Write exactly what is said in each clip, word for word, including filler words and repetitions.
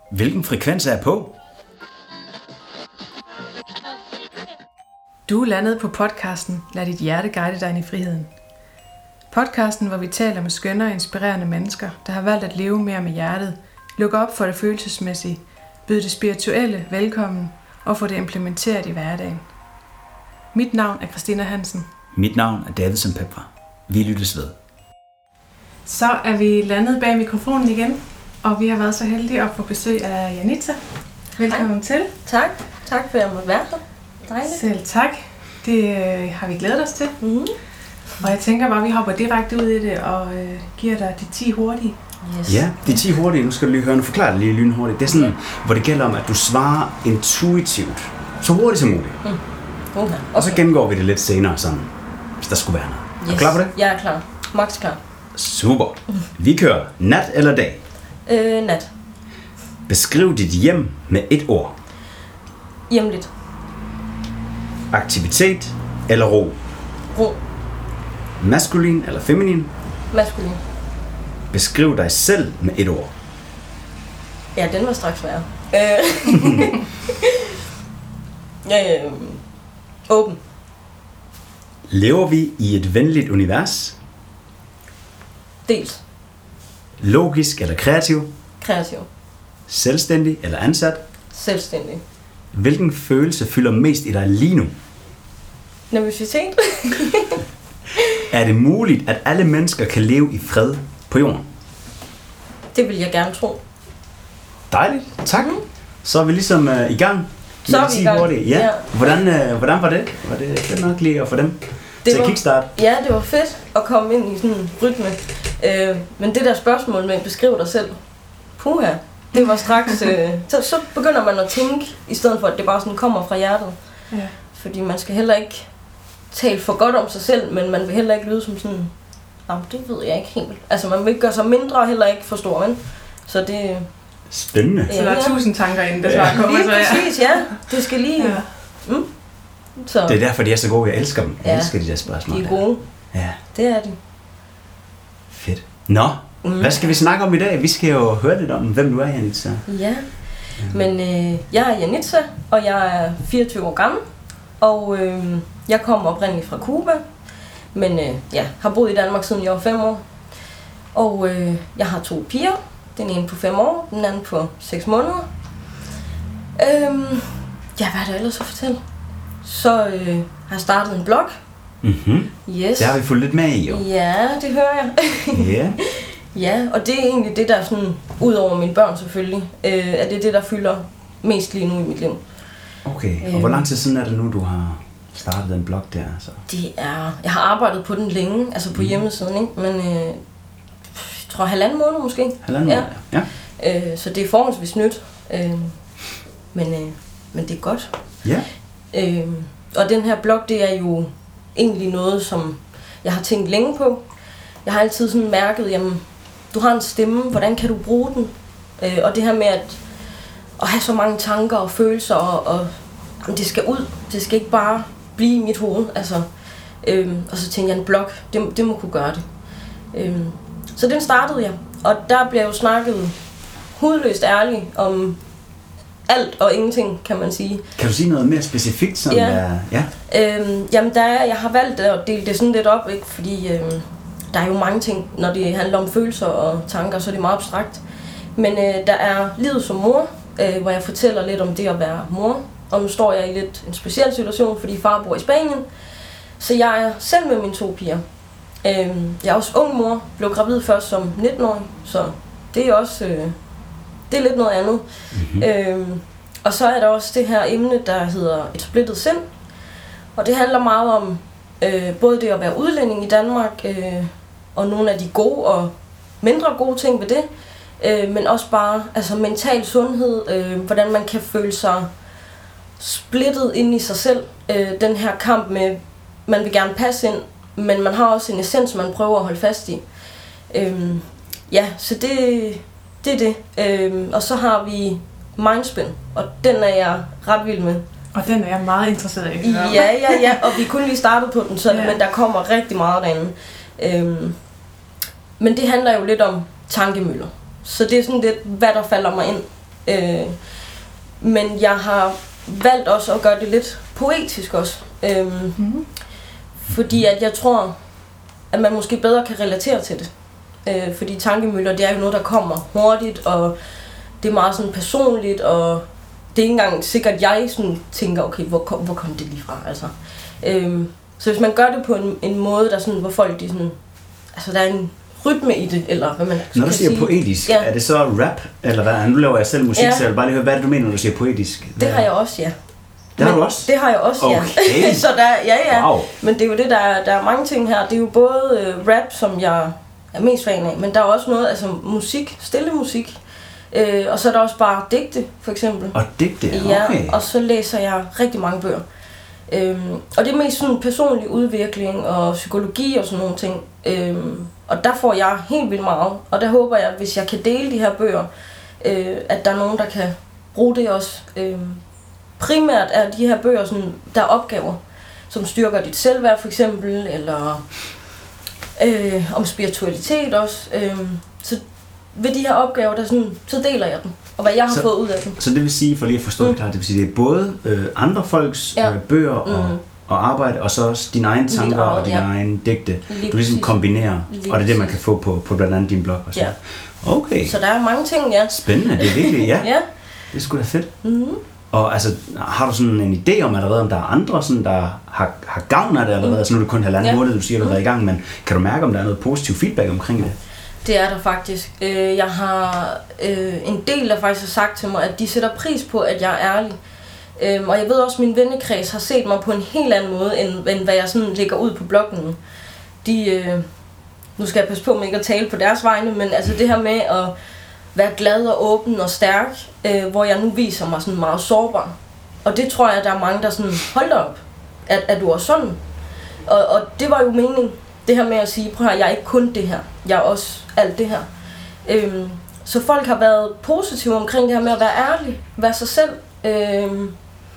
Hvilken frekvens er jeg på? Du er landet på podcasten Lad dit hjerte guide dig ind i friheden. Podcasten, hvor vi taler med skønne og inspirerende mennesker, der har valgt at leve mere med hjertet, lukke op for det følelsesmæssige, byde det spirituelle velkommen og få det implementeret i hverdagen. Mit navn er Christina Hansen. Mit navn er Davidsen Pepper. Vi lyttes ved. Så er vi landet bag mikrofonen igen, og vi har været så heldige at få besøg af Janitza. Velkommen Hej. til. Tak. Tak for at jeg måtte være her. Dejligt. Selv tak. Det øh, har vi glædet os til. Mm-hmm. Og jeg tænker bare, at vi hopper direkte ud i det og øh, giver dig de ti hurtige. Yes. Ja, de ti hurtige. Nu skal du lige høre, nu forklare det lige lynhurtigt. Det er sådan, okay. hvor det gælder om, at du svarer intuitivt, så hurtigt som muligt. Mm. Okay. Okay. Og så gennemgår vi det lidt senere, sådan, hvis der skulle være noget. Yes. Er du klar på det? Jeg er klar. Max klar. Super. Vi kører nat eller dag? Øh, nat. Beskriv dit hjem med et ord. Hjemligt. Aktivitet eller ro? Ro. Maskulin eller feminin? Maskulin. Beskriv dig selv med et ord. Ja, den var straks svær. Øh. ja, øh. Åben. Lever vi i et venligt univers? Dels. Logisk eller kreativ? Kreativ. Selvstændig eller ansat? Selvstændig. Hvilken følelse fylder mest i dig lige nu? Nervøsitet. Er det muligt, at alle mennesker kan leve i fred på jorden? Det vil jeg gerne tro. Dejligt, tak. Mm. Så er vi ligesom uh, i gang. Så er vi i gang. Ja. Ja. Hvordan, uh, hvordan var det? Var det fedt nok lige at få dem det til var, kickstart? Ja, det var fedt at komme ind i sådan en rytme. Uh, men det der spørgsmål med at beskrive dig selv, puha, det var straks... Uh, så, så begynder man at tænke, i stedet for at det bare sådan kommer fra hjertet. Ja. Fordi man skal heller ikke tale for godt om sig selv, men man vil heller ikke lyde som sådan, jamen det ved jeg ikke helt. Altså man vil ikke gøre sig mindre og heller ikke for stor, men så det... Spændende. Ja, så der er tusind tanker inden, der svarer kommer. Lige præcis, ja. Det skal lige... Ja. Mm. Så. Det er derfor, de er så gode. Jeg elsker dem. Jeg ja. elsker de der spørgsmål. De er gode. Der. Ja. Det er de. Fedt. Nå, mm. hvad skal vi snakke om i dag? Vi skal jo høre lidt om, hvem du er, Janitza. Ja, men øh, jeg er Janitza, og jeg er fireogtyve år gammel. Og øh, jeg kommer oprindeligt fra Cuba, men øh, ja, har boet i Danmark siden jeg var fem år. Og øh, jeg har to piger. Den ene på fem år, den anden på seks måneder. Øhm, ja, hvad er der ellers at fortælle? Så øh, har jeg startet en blog. Mhm. Yes. Det har vi fulgt lidt med i, jo. Ja, det hører jeg. Ja. Ja, og det er egentlig det, der sådan, ud over mine børn selvfølgelig, øh, er det det, der fylder mest lige nu i mit liv. Okay, og øhm, hvor lang tid siden er det nu, du har startet den blog der? Så? Det er, jeg har arbejdet på den længe, altså på mm. hjemmesiden, ikke? Men øh, jeg tror halvanden måned måske. Halvanden måned, ja. ja. Øh, så det er forholdsvis nyt, øh, men, øh, men det er godt. Ja. Øh, og den her blog, det er jo egentlig noget, som jeg har tænkt længe på. Jeg har altid sådan mærket, jamen, du har en stemme, hvordan kan du bruge den? Øh, og det her med at, at have så mange tanker og følelser, og, og jamen, det skal ud. Det skal ikke bare blive i mit hoved. Altså, øh, og så tænkte jeg, en blog, det, det må kunne gøre det. Øh, så den startede jeg, og der blev jo snakket hudløst ærligt om alt og ingenting, kan man sige. Kan du sige noget mere specifikt? Som ja. Er, ja. Øhm, jamen, der er, jeg har valgt at dele det sådan lidt op, ikke? Fordi øhm, der er jo mange ting, når det handler om følelser og tanker, så er det meget abstrakt. Men øh, der er livet som mor, øh, hvor jeg fortæller lidt om det at være mor. Og nu står jeg i lidt en speciel situation, fordi far bor i Spanien. Så jeg er selv med mine to piger. Øhm, jeg er også ung mor, blev gravid først som nitten-årig, så det er også øh, det er lidt noget andet. Mm-hmm. Øhm, og så er der også det her emne, der hedder et splittet sind. Og det handler meget om øh, både det at være udlænding i Danmark, øh, og nogle af de gode og mindre gode ting ved det, øh, men også bare altså mental sundhed, øh, hvordan man kan føle sig splittet ind i sig selv. Øh, den her kamp med, man vil gerne passe ind, men man har også en essens, man prøver at holde fast i. Øhm, ja, så det, det er det. Øhm, og så har vi Mindspin, og den er jeg ret vild med. Og den er jeg meget interesseret i. Ja, ja, ja, og vi kunne lige starte på den, så, ja. Men der kommer rigtig meget derinde. Øhm, men det handler jo lidt om tankemøller. Så det er sådan lidt, hvad der falder mig ind. Øh, men jeg har valgt også at gøre det lidt poetisk også. Øh, mm-hmm. Fordi at jeg tror, at man måske bedre kan relatere til det. Øh, fordi tankemøller, det er jo noget, der kommer hurtigt, og det er meget sådan personligt, og det er ikke engang sikkert, jeg sådan tænker, okay, hvor kom, hvor kom det lige fra, altså. Øhm, så hvis man gør det på en, en måde, der sådan, hvor folk, de sådan, altså der er en rytme i det, eller hvad man skal Når du siger sige. poetisk, ja. Er det så rap, eller hvad? Nu laver jeg selv musik, ja. så jeg vil bare lige høre, hvad er det, du mener, når du siger poetisk? Hvad? Det har jeg også, ja. Det har du også? Det har jeg også, ja. Okay. Så der, ja, ja. Wow. Men det er jo det, der er, der er mange ting her. Det er jo både øh, rap, som jeg er mest fan af, men der er også noget, altså musik, stille musik. Øh, og så er der også bare digte, for eksempel. Og digte, okay. Ja, og så læser jeg rigtig mange bøger. Øhm, og det er mest sådan personlig udvikling og psykologi og sådan nogle ting. Øhm, og der får jeg helt vildt meget. Og der håber jeg, hvis jeg kan dele de her bøger, øh, at der er nogen, der kan bruge det også. Øhm, primært er de her bøger, sådan, der er opgaver, som styrker dit selvværd for eksempel, eller øh, om spiritualitet også. Øhm, så ved de her opgaver, der sådan, så deler jeg dem, og hvad jeg har så, fået ud af dem. Så det vil sige, for lige at forstå mm. det klart, det vil sige, det er både øh, andre folks ja. øh, bøger og, mm. og arbejde, og så også dine egne tanker eget, og dine ja. egne digte, lige du ligesom kombinerer, lige og det er det, man kan få på, på blandt andet din blog. Og så. Ja. Okay. Så der er mange ting, ja. Spændende, det er virkelig, ja. ja. Det er sgu da fedt. Mm-hmm. Og altså, har du sådan en idé om allerede, om der er andre, sådan, der har, har gavn af det allerede? Mm. Så nu er det kun halvanden ja. måned, du siger, du har været i gang, men kan du mærke, om der er noget positiv feedback omkring det? Det er der faktisk. Jeg har en del, der faktisk har sagt til mig, at de sætter pris på, at jeg er ærlig. Og jeg ved også, at min vennekreds har set mig på en helt anden måde, end hvad jeg sådan lægger ud på bloggen. De, nu skal jeg passe på med ikke at tale på deres vegne, men altså det her med at være glad og åben og stærk, hvor jeg nu viser mig sådan meget sårbar. Og det tror jeg, at der er mange, der sådan, hold da op, at, at du er sådan. Og, og det var jo meningen. Det her med at sige, prøv at jeg er ikke kun det her, jeg er også alt det her. Øhm, så folk har været positive omkring det her med at være ærlig, være sig selv. Øhm,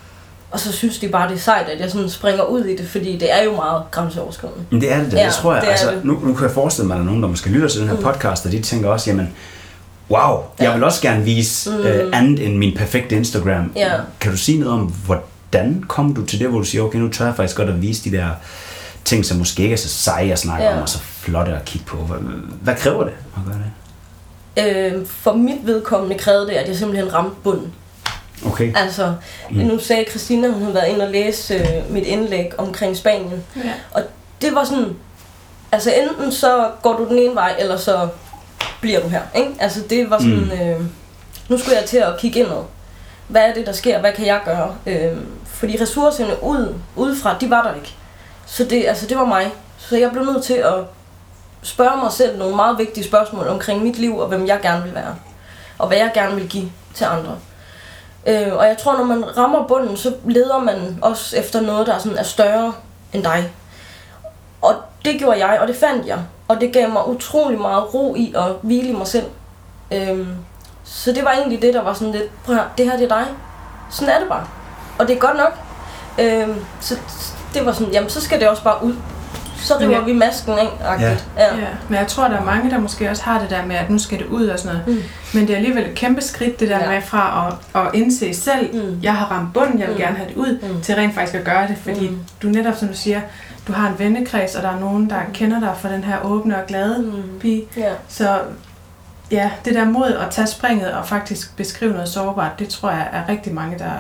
og så synes de bare, det er sejt, at jeg sådan springer ud i det, fordi det er jo meget grænseoverskridende. Men det er det, det, ja, det tror jeg. Det altså, nu, nu kan jeg forestille mig, at der er nogen, der måske lytter til den her mm. podcast, og de tænker også, jamen, wow, jeg ja. vil også gerne vise mm. øh, andet end min perfekte Instagram. Ja. Kan du sige noget om, hvordan kom du til det, hvor du siger, okay, nu tør jeg faktisk godt at vise de der ting, som måske ikke er så seje at snakke ja. om, og så flotte at kigge på. Hvad, hvad kræver det at gøre det? Øh, for mit vedkommende krævede det, at jeg simpelthen ramte bunden. Okay. Altså, mm. nu sagde Christina, hun havde været inde og læse øh, mit indlæg omkring Spanien. Ja. Og det var sådan, altså enten så går du den ene vej, eller så bliver du her, ikke? Altså det var sådan, mm. øh, nu skulle jeg til at kigge indad. Hvad er det, der sker? Hvad kan jeg gøre? Øh, fordi ressourcerne ud, udefra, de var der ikke. Så det, altså det var mig. Så jeg blev nødt til at spørge mig selv nogle meget vigtige spørgsmål omkring mit liv, og hvem jeg gerne vil være. Og hvad jeg gerne vil give til andre. Øh, og jeg tror, når man rammer bunden, så leder man også efter noget, der sådan er større end dig. Og det gjorde jeg, og det fandt jeg. Og det gav mig utrolig meget ro i at hvile i mig selv. Øh, så det var egentlig det, der var sådan lidt, prøv at høre, det her det er dig. Sådan er det bare. Og det er godt nok. Øh, så det var sådan, jamen så skal det også bare ud. Så river ja. vi masken af. Ja. Ja. Ja. Men jeg tror, der er mange, der måske også har det der med, at nu skal det ud og sådan noget. Mm. Men det er alligevel et kæmpe skridt, det der ja. med fra at, at indse selv, mm. jeg har ramt bunden, jeg vil mm. gerne have det ud, mm. til rent faktisk at gøre det. Fordi mm. du netop, som du siger, du har en vennekreds, og der er nogen, der mm. kender dig for den her åbne og glade mm. pige. Ja. Så ja, det der mod at tage springet og faktisk beskrive noget sårbart, det tror jeg er rigtig mange, der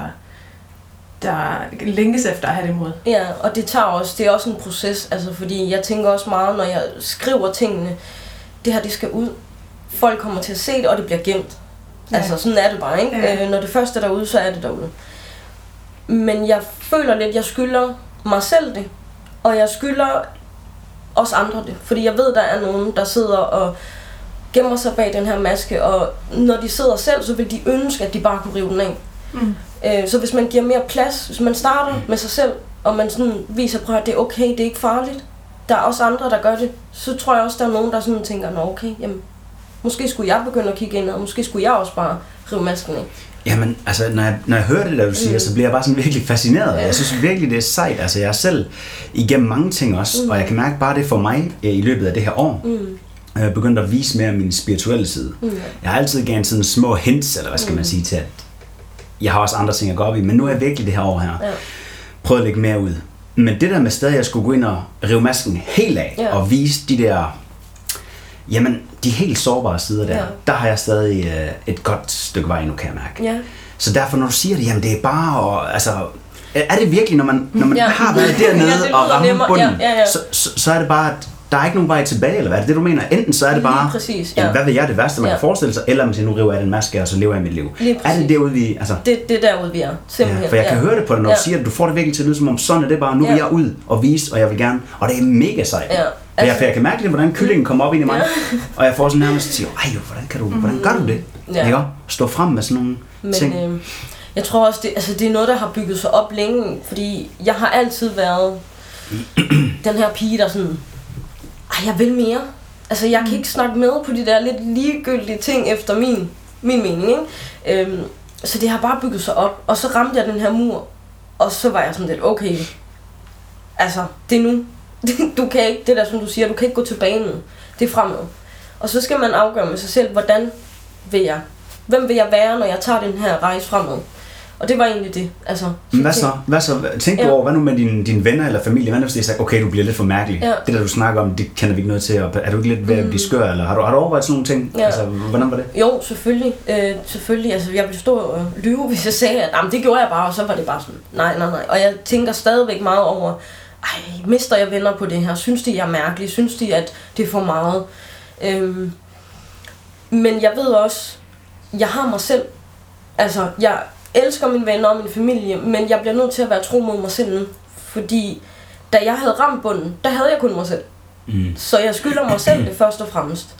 der længes efter at have det mod. Ja, og det tager også, det er også en proces, altså fordi jeg tænker også meget, når jeg skriver tingene, det her, det skal ud. Folk kommer til at se det, og det bliver gemt. Ja. Altså sådan er det bare, ikke? Ja. Øh, når det først er derude, så er det derude. Men jeg føler lidt, jeg skylder mig selv det, og jeg skylder også andre det, fordi jeg ved, der er nogen, der sidder og gemmer sig bag den her maske, og når de sidder selv, så vil de ønske, at de bare kunne rive den af. Mm. Så hvis man giver mere plads, hvis man starter med sig selv, og man sådan viser, prøv at det er okay, det er ikke farligt, der er også andre, der gør det, så tror jeg også, der er nogen, der sådan tænker, nå okay, jamen, måske skulle jeg begynde at kigge ind, og måske skulle jeg også bare rive masken af. Jamen, altså, når jeg, når jeg hører det, der du siger, mm. så bliver jeg bare sådan virkelig fascineret. Ja. Jeg synes virkelig, det er sejt. Altså, jeg er selv igennem mange ting også, mm. og jeg kan mærke bare det for mig i løbet af det her år. Mm. Jeg er begyndt at vise mere af min spirituelle side. Mm. Jeg har altid gerne sådan små hints, eller hvad skal mm. man sige, til at jeg har også andre ting at gå op i, men nu er jeg virkelig det her år her. Ja. Prøvet at lægge mere ud. Men det der med stadig, at jeg skulle gå ind og rive masken helt af, ja. Og vise de der, jamen, de helt sårbare sider der, ja. Der har jeg stadig øh, et godt stykke vej nu, kan jeg mærke. Ja. Så derfor, når du siger det, jamen det er bare, og, altså, er det virkelig, når man, når man ja. Har været dernede ja, og ramme bunden, ja, ja, ja. Så, så, så er det bare, at der er ikke nogen vej tilbage, eller hvad er det, det du mener? Enten så er det bare, præcis, ja. Jamen, hvad vil jeg det værste, man ja. Kan forestille sig, eller man siger, nu river jeg den maske, og så lever jeg mit liv. Er det derude, vi altså? Det, det er derude, vi er, simpelthen. Ja, for jeg kan ja. Høre det på dig, når ja. Du siger, at du får det virkelig til at lyde, som om sådan er det bare, nu vil ja. Jeg ud og vise, og jeg vil gerne, og det er mega sejt. Ja. Altså, for, jeg, for jeg kan mærke lidt, hvordan kyllingen kommer op ind i mig, ja. Og jeg får sådan nærmest til, ej, hvordan, kan du, hvordan gør du det? Ja. Ikke? Stå frem med sådan nogle Men, ting. Øh, jeg tror også, det, altså, det er noget, der har bygget sig op længe, fordi jeg har altid været den her pige, der sådan, ej, jeg vil mere. Altså, jeg kan ikke snakke med på de der lidt ligegyldige ting efter min, min mening, ikke? Øhm, så det har bare bygget sig op. Og så ramte jeg den her mur, og så var jeg sådan lidt, okay, altså, det er nu. Du kan ikke, det der som du siger, du kan ikke gå tilbage nu. Det er fremad. Og så skal man afgøre med sig selv, hvordan vil jeg, hvem vil jeg være, når jeg tager den her rejse fremad. Og det var egentlig det. Altså, så hvad så? Hvad så? Tænk du ja. Over, hvad nu med dine, dine venner eller familie? Hvad nu hvis de sagde, okay, du bliver lidt for mærkelig. Ja. Det der du snakker om, det kender vi ikke noget til. Og er du ikke lidt ved at blive skør? Eller har du, har du overvejet sådan nogle ting? Ja. Altså, hvordan var det? Jo, selvfølgelig. Øh, selvfølgelig. Altså, jeg ville stå og lyve, hvis jeg sagde, at det gjorde jeg bare, og så var det bare sådan, nej, nej, nej. Og jeg tænker stadigvæk meget over, ej, mister jeg venner på det her? Synes de, jeg er mærkelig? Synes de, at det er for meget? Øhm, men jeg ved også, jeg har mig selv. Altså, jeg elsker mine venner og min familie, men jeg bliver nødt til at være tro mod mig selv nu. Fordi da jeg havde ramt bunden, der havde jeg kun mig selv. Mm. Så jeg skylder mig selv det først og fremmest.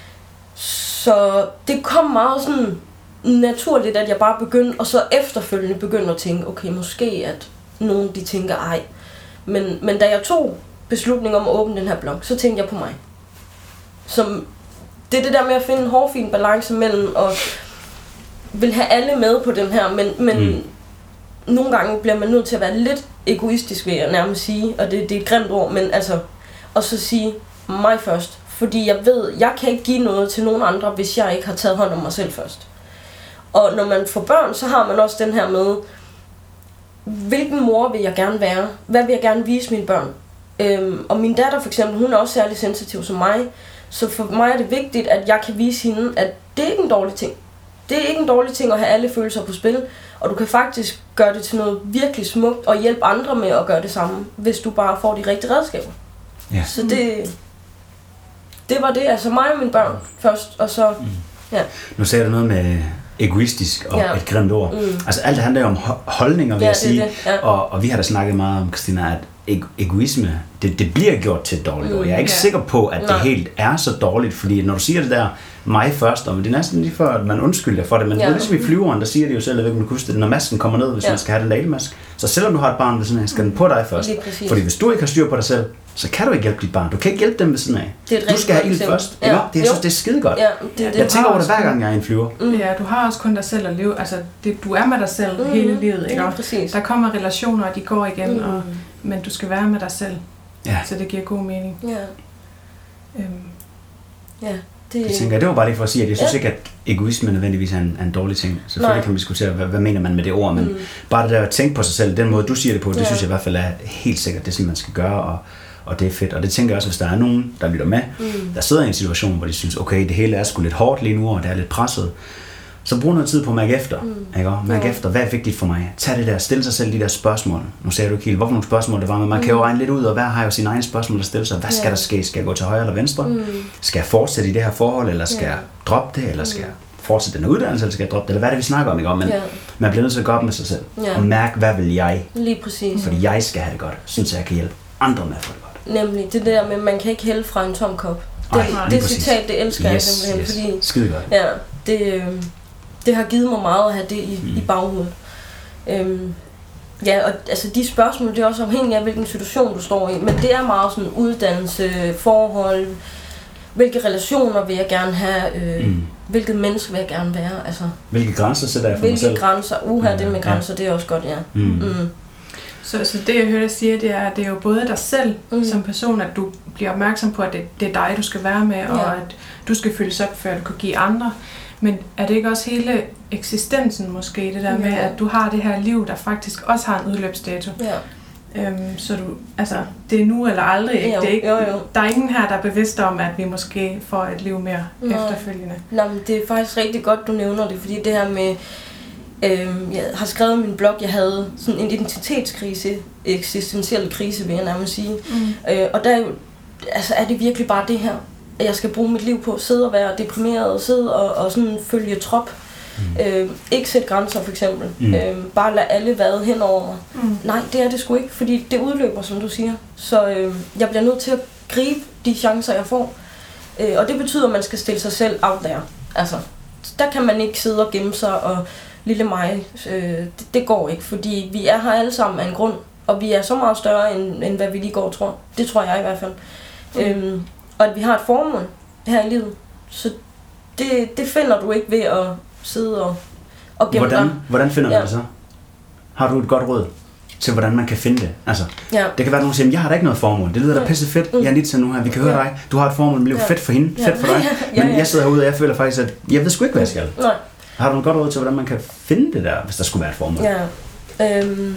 Så det kom meget sådan naturligt, at jeg bare begyndte, og så efterfølgende begyndte at tænke, okay, måske at nogen de tænker, ej. Men, men da jeg tog beslutningen om at åbne den her blog, så tænkte jeg på mig. Som, det er det der med at finde en hårfin balance mellem og vil have alle med på den her, men, men mm. nogle gange bliver man nødt til at være lidt egoistisk, vil jeg nærmest sige, og det, det er et grimt ord, men altså, og så sige mig først, fordi jeg ved, jeg kan ikke give noget til nogen andre, hvis jeg ikke har taget hånd om mig selv først. Og når man får børn, så har man også den her med, hvilken mor vil jeg gerne være? Hvad vil jeg gerne vise mine børn? Øhm, og min datter for eksempel, hun er også særlig sensitiv som mig, så for mig er det vigtigt, at jeg kan vise hende, at det er ikke en dårlig ting. Det er ikke en dårlig ting at have alle følelser på spil, og du kan faktisk gøre det til noget virkelig smukt, og hjælpe andre med at gøre det samme, hvis du bare får de rigtige redskaber. Ja. Så det, det var det, altså mig og mine børn først, og så, mm. ja. Nu sagde du noget med egoistisk og ja. Et grimt ord. Mm. Altså alt det handler jo om holdninger, vil ja, jeg sige, det, ja. og, og vi har da snakket meget om, Christina, at egoisme, det, det bliver gjort til et dårligt ord. Jeg er ikke ja. Sikker på, at Nej. Det helt er så dårligt, fordi når du siger det der, mig først, og det er næsten lige før, at man undskylder for det, men ja. Det er ligesom i flyveren, der siger det jo selv, at man kan huske det, når masken kommer ned, hvis ja. Man skal have den lademask. Så selvom du har et barn ved siden af, skal den på dig først. Fordi hvis du ikke har styr på dig selv, så kan du ikke hjælpe dit barn. Du kan ikke hjælpe dem ved siden af. Du skal have ild først. Ja. Det, jeg synes, det er skide godt. Ja, det, det jeg tænker over det hver gang, jeg er i en flyver. Mm. Ja, du har også kun dig selv at leve. Altså, det, du er med dig selv mm. hele livet. Ikke? Ja, der kommer relationer, og de går igen, mm. og, men du skal være med dig selv. Ja. Så det giver god mening. Ja. Øhm. Ja. Det... Jeg tænker, det var bare lige for at sige, at jeg synes ja. Ikke, at egoisme nødvendigvis er en, er en dårlig ting. Selvfølgelig Nej. Kan man diskutere, hvad, hvad mener man med det ord, men mm. bare det der at tænke på sig selv, den måde du siger det på, det ja. Synes jeg i hvert fald er helt sikkert, det er sådan, man skal gøre, og, og det er fedt. Og det tænker jeg også, hvis der er nogen, der lytter med, mm. der sidder i en situation, hvor de synes, okay, det hele er sgu lidt hårdt lige nu, og det er lidt presset, så brug noget tid på at mærke efter. Mm. Ikke? Mærke ja. Efter, hvad er vigtigt for mig? Tag det der, stille sig selv de der spørgsmål. Nu sagde du ikke helt, hvorfor nogle spørgsmål det var, men man mm. kan jo regne lidt ud, og hver har jo sine egne spørgsmål at stille sig. Hvad skal ja. Der ske? Skal jeg gå til højre eller venstre? Mm. Skal jeg fortsætte i det her forhold, eller skal ja. Jeg droppe det, eller skal mm. jeg fortsætte den uddannelse, eller skal jeg droppe det, eller hvad er det, vi snakker om? Ikke? Men ja. Man bliver nødt til at gå op med sig selv, ja. Og mærke, hvad vil jeg? Lige præcis. Fordi jeg skal have det godt, synes jeg kan hjælpe andre med at få det godt. Nemlig, det der med, man kan ikke hælde fra en tom kop. Det, Ej, det citat, det elsker yes, jeg simpelthen, yes. fordi skide godt. Ja, det, øh, det har givet mig meget at have det i, mm. i baghovedet. Øhm, ja, og altså de spørgsmål, det er også afhængigt af, hvilken situation du står i, men det er meget sådan uddannelse, forhold, hvilke relationer vil jeg gerne have, øh, mm. hvilket menneske vil jeg gerne være, altså. Hvilke grænser sætter jeg for hvilke mig selv? Hvilke grænser, uha, mm. det med grænser, ja. Det er også godt, ja. Mm. Mm. Så, så det jeg hører dig sige, det er, at det er jo både dig selv mm. som person, at du bliver opmærksom på, at det, det er dig, du skal være med, ja. og at du skal fyldes op, før du kan give andre. Men er det ikke også hele eksistensen måske, det der ja. med, at du har det her liv, der faktisk også har en udløbsdato? Ja. Øhm, så du, altså, det er nu eller aldrig, ikke? Jo, det er ikke, jo, jo. Der er ingen her, der er bevidst om, at vi måske får et liv mere Nå. efterfølgende. Nå, men det er faktisk rigtig godt, du nævner det, fordi det her med, øhm, jeg har skrevet i min blog, jeg havde sådan en identitetskrise, eksistentiel krise, vil jeg nærmest sige. Mm. Øh, og der er jo, altså er det virkelig bare det her, at jeg skal bruge mit liv på at sidde og være deprimeret, og sidde og, og sådan følge trop. Mm. Øh, ikke sætte grænser for eksempel. Mm. Øh, bare lade alle vade hen over mig. Mm. Nej, det er det sgu ikke, fordi det udløber, som du siger. Så øh, jeg bliver nødt til at gribe de chancer, jeg får. Øh, og det betyder, at man skal stille sig selv out there. Altså, der kan man ikke sidde og gemme sig, og lille mig, øh, det, det går ikke, fordi vi er her alle sammen af en grund, og vi er så meget større, end, end hvad vi lige går og tror. Det tror jeg i hvert fald. Mm. Øh, og at vi har et formål her i livet. Så det, det finder du ikke ved at sidde og, og gemme hvordan, dig. Hvordan finder man ja. det så? Har du et godt råd til, hvordan man kan finde det? Altså, ja. Det kan være, at nogen siger, jeg har da ikke noget formål. Det lyder da pisse fedt. Mm. Jeg er lige til nu her. Vi kan høre ja. dig. Du har et formål, men det er fedt for hende. Ja. Fedt for dig. Men ja, ja. jeg sidder herude, og jeg føler faktisk, at jeg ved sgu ikke, hvad jeg skal. Nej. Har du et godt råd til, hvordan man kan finde det der, hvis der skulle være et formål? Ja. Øhm.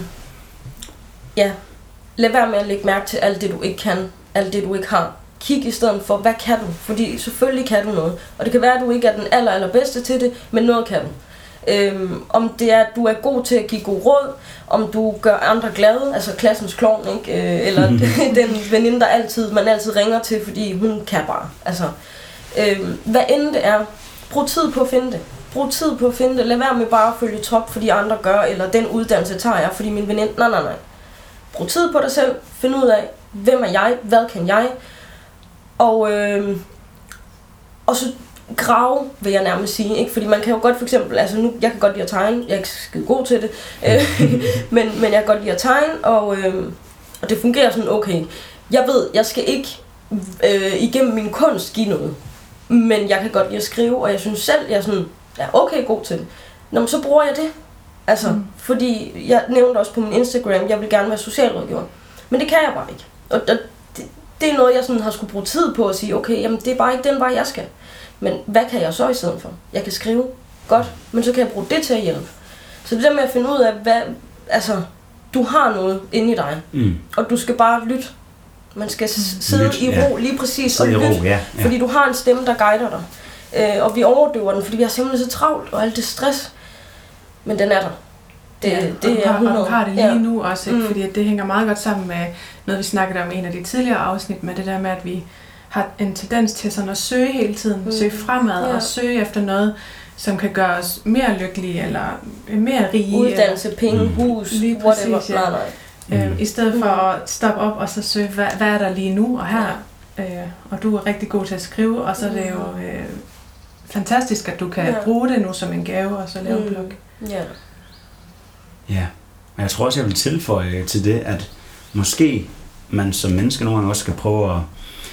Ja. Lad være med at lægge mærke til alt det, du ikke kan. Alt det, du ikke har. Kig i stedet for, hvad kan du? Fordi selvfølgelig kan du noget. Og det kan være, at du ikke er den aller, allerbedste til det, men noget kan du. Øhm, om det er, at du er god til at give god råd, om du gør andre glade, altså klassens klovn, ikke? Øh, eller den veninde, der altid, man altid ringer til, fordi hun kan bare. Altså, øhm, hvad end det er, brug tid på at finde det. Brug tid på at finde det. Lad være med bare at følge trop, fordi andre gør, eller den uddannelse tager jeg, fordi min veninde, nej, nej, nej. Brug tid på dig selv. Find ud af, hvem er jeg, hvad kan jeg, og, øh, og så grave, vil jeg nærmest sige, ikke? Fordi man kan jo godt for eksempel, altså nu, jeg kan godt lide at tegne, jeg er ikke skide god til det, men, men jeg kan godt lide at tegne, og, øh, og det fungerer sådan okay. Jeg ved, jeg skal ikke øh, igennem min kunst give noget, men jeg kan godt lide at skrive, og jeg synes selv, jeg er sådan, ja, okay god til det. Nå, men så bruger jeg det, altså, mm. fordi jeg nævnte også på min Instagram, jeg vil gerne være socialrådgiver, men det kan jeg bare ikke, og, og det, det er noget, jeg sådan har skulle bruge tid på at sige, okay, jamen det er bare ikke den vej, jeg skal. Men hvad kan jeg så i stedet for? Jeg kan skrive godt, men så kan jeg bruge det til at hjælpe. Så det der med at finde ud af, hvad, altså, du har noget inde i dig, mm. og du skal bare lytte. Man skal sidde Lyt, i ro, ja. lige præcis, og lytte, ja, ja. fordi du har en stemme, der guider dig. Øh, og vi overdøver den, fordi vi har simpelthen så travlt, og alt det stress, men den er der. Det, ja, det er hundrede. Og har det lige ja. nu også, ikke? Mm. Fordi det hænger meget godt sammen med noget, vi snakkede om i en af de tidligere afsnit, med det der med, at vi har en tendens til sådan at søge hele tiden, mm. søge fremad ja. og søge efter noget, som kan gøre os mere lykkelige, eller mere rige. Uddannelse, penge, mm. hus, lige præcis, whatever. Ja. Nej, nej. Mm. I stedet for at stoppe op og så søge, hvad, hvad er der lige nu og her. Ja. Øh, og du er rigtig god til at skrive, og så er det jo øh, fantastisk, at du kan ja. bruge det nu som en gave, og så lave mm. en blog. Ja. Ja, men jeg tror også, jeg vil tilføje til det, at måske man som menneske nogle gange også skal prøve at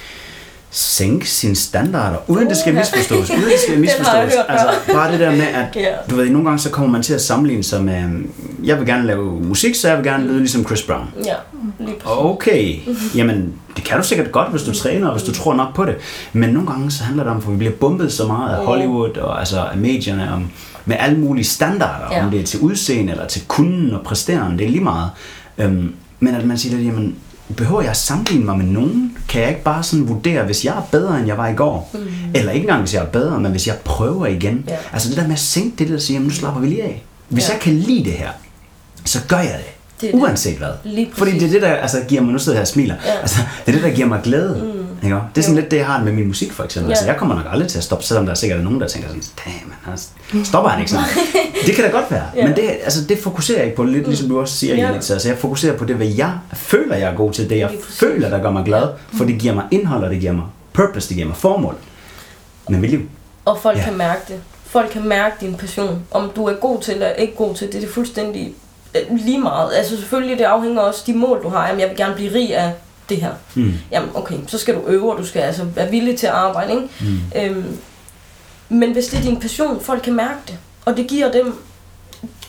sænke sine standarder, uden uh, det skal misforstås. Uden det skal misforstås. Altså, bare det der med, at yeah. du ved, nogle gange så kommer man til at sammenligne sig med, jeg vil gerne lave musik, så jeg vil gerne lyde ligesom Chris Brown. Ja, lige præcis. Okay, jamen, det kan du sikkert godt, hvis du træner, og hvis du tror nok på det. Men nogle gange så handler det om, for vi bliver bumpet så meget af Hollywood, og altså af medierne, om, med alle mulige standarder, ja. om det er til udseende, eller til kunden og præsteren, det er lige meget. Øhm, men at man siger, at jamen, behøver jeg at sammenligne mig med nogen? Kan jeg ikke bare sådan vurdere, hvis jeg er bedre, end jeg var i går? Mm. Eller ikke engang, hvis jeg er bedre, men hvis jeg prøver igen. Ja. Altså det der med at sænke det der og sige, jamen nu slapper vi lige af. Hvis ja. jeg kan lide det her, så gør jeg det. det uanset hvad. Fordi det er det, der altså, giver mig, nu sidder jeg her og smiler, ja. altså, det er det, der giver mig glæde. Mm. Ikke? Det er sådan jo. lidt det, jeg har med min musik for eksempel. Ja. Altså, jeg kommer nok aldrig til at stoppe, selvom der er sikkert nogen, der tænker sådan, damn, han stopper han ikke sådan. Det kan da godt være, ja. men det, altså, det fokuserer jeg ikke på, lidt mm. ligesom du også siger, ja. Janitza. Altså, jeg fokuserer på det, hvad jeg føler, jeg er god til, det jeg føler, der gør mig glad, ja. for det giver mig indhold, og det giver mig purpose, det giver mig formål med mit liv. Og folk ja. kan mærke det. Folk kan mærke din passion. Om du er god til eller ikke god til, det er det fuldstændig lige meget. Altså selvfølgelig, det afhænger også de mål, du har. Jamen, jeg vil gerne blive rig af det her. Mm. Jamen, okay, så skal du øve, og du skal altså være villig til at arbejde, ikke? Mm. Øhm, men hvis det er din passion, folk kan mærke det. Og det giver dem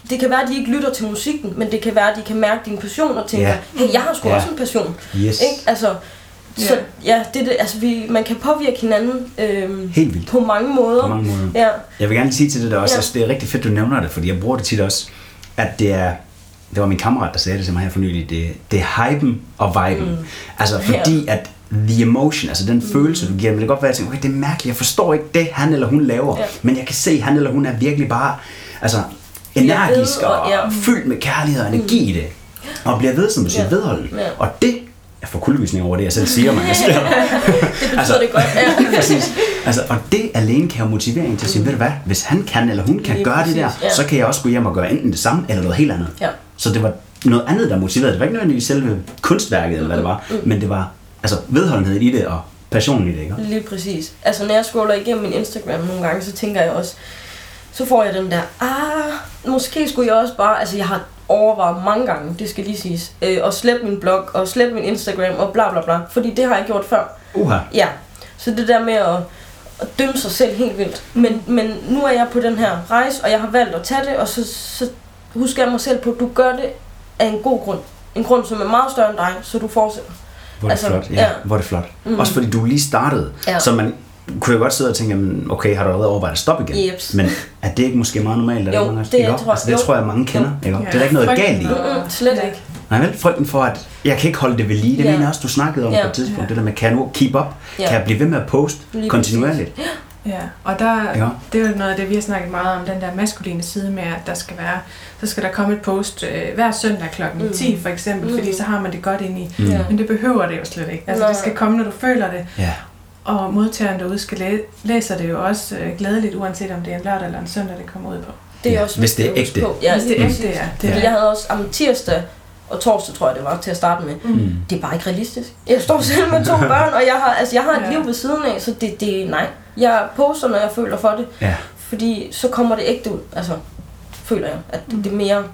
det kan være, at de ikke lytter til musikken, men det kan være, at de kan mærke din passion og tænker, yeah. hey, jeg har sgu yeah. også en passion. Yes. Ikke? Altså, så ja, det, det, altså, vi, man kan påvirke hinanden øhm, helt vildt. På mange måder. På mange måder. Ja. Jeg vil gerne sige til det der også, ja. altså, det er rigtig fedt, du nævner det, fordi jeg bruger det tit også, at det er, det var min kammerat, der sagde det til mig her for nylig, det, det er hypen og viben. Mm. Altså fordi ja. at the emotion, altså den mm. følelse, du giver, men det kan godt være, at jeg tænker, okay, det er mærkeligt, jeg forstår ikke det, han eller hun laver, ja. men jeg kan se, at han eller hun er virkelig bare, altså energisk og, og ja. fyldt med kærlighed og energi mm. i det, og bliver ved, som du siger, ja. vedholden. Ja. Og det, jeg får kuldegysning over det, jeg selv siger, man. Jeg det betyder altså, det godt, ja. Præcis. Altså, og det alene kan jo motivere en til at sige, mm. ved du hvad, hvis han kan, eller hun kan Lige gøre præcis, det der, ja. så kan jeg også gå hjem og gøre enten det samme, eller noget helt andet. Ja. Så det var noget andet, der motiverede. Det var ikke nødvendigvis selve kunstværket, eller hvad det var, mm. men det var altså vedholdenheden i det, og passionen i det, ikke? Lige præcis. Altså, når jeg scroller igennem min Instagram nogle gange, så tænker jeg også, så får jeg den der, ah, måske skulle jeg også bare, altså jeg har overvejet mange gange, det skal lige siges, øh, og slette min blog, og slette min Instagram, og bla bla bla, fordi det har jeg gjort før. Uha. Ja, så det der med at, at dømme sig selv helt vildt. Men, men nu er jeg på den her rejse, og jeg har valgt at tage det, og så, så husker jeg mig selv på, at du gør det af en god grund. En grund, som er meget større end dig, så du fortsætter. Hvor er det altså, flot, ja, ja. Hvor er det flot. Mm. Også fordi du lige startede, ja. så man kunne jo godt sidde og tænke, jamen, okay, har du allerede overvejet at stoppe igen? Jeps. Men er det ikke måske meget normalt? Jo, mange, det, jeg tror, altså, det tror jeg, mange kender. Ja. Ikke? Ja. Det er der ikke noget frygten, galt i. Mm, slet ikke. Nej vel, frygten for, at jeg kan ikke holde det ved lige. Det ja. mener også, du snakkede om ja. på et tidspunkt. Ja. Det der med, kan jeg nu keep up? Ja. Kan jeg blive ved med at poste lige kontinuerligt? Ja. Ja, og der, ja. det er jo noget af det, vi har snakket meget om, den der maskuline side med, at der skal være, så skal der komme et post øh, hver søndag klokken mm. ti for eksempel, mm. fordi så har man det godt inde i. Mm. Men det behøver det jo slet ikke. Altså, det skal komme, når du føler det. Ja. Og modtageren derude skal læ- læser det jo også øh, glædeligt, uanset om det er en lørdag eller en søndag, det kommer ud på. Det er ja, også hvis det er ægte. Ja, hvis det er ægte, ja. Det er. Jeg havde også om tirsdag og torsdag, tror jeg det var, til at starte med. Mm. Det er bare ikke realistisk. Jeg står selv med to børn, og jeg har, altså, jeg har et ja. liv ved siden af, så det, det nej. Jeg poster, når jeg føler for det. Ja. Fordi så kommer det ægte ud. Altså, føler jeg, at det, det er mere...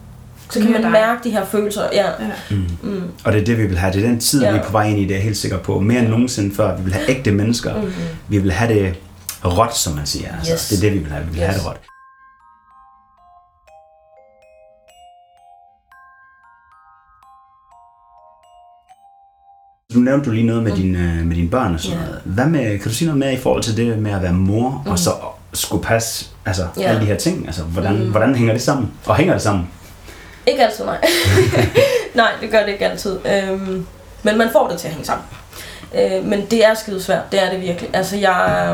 Så kan man dig. mærke de her følelser. Ja. Ja. Mm. Mm. Og det er det, vi vil have. Det er den tid, ja. vi er på vej ind i, det er jeg helt sikker på. Mere end nogensinde før. Vi vil have ægte mennesker. Mm-hmm. Vi vil have det råt, som man siger. Altså, yes. Det er det, vi vil have. Vi vil yes. have det råt. Nu nævnte du lige noget med, mm. dine, med dine børn og sådan yeah. noget. Hvad med, kan du sige noget mere i forhold til det med at være mor, mm. og så skulle passe altså, yeah. alle de her ting? Altså, hvordan, mm. hvordan hænger det sammen? Og hænger det sammen? Ikke altid, nej. Nej, det gør det ikke altid. Øhm, men man får det til at hænge sammen. Øh, men det er skidesvært, det er det virkelig. Altså, jeg,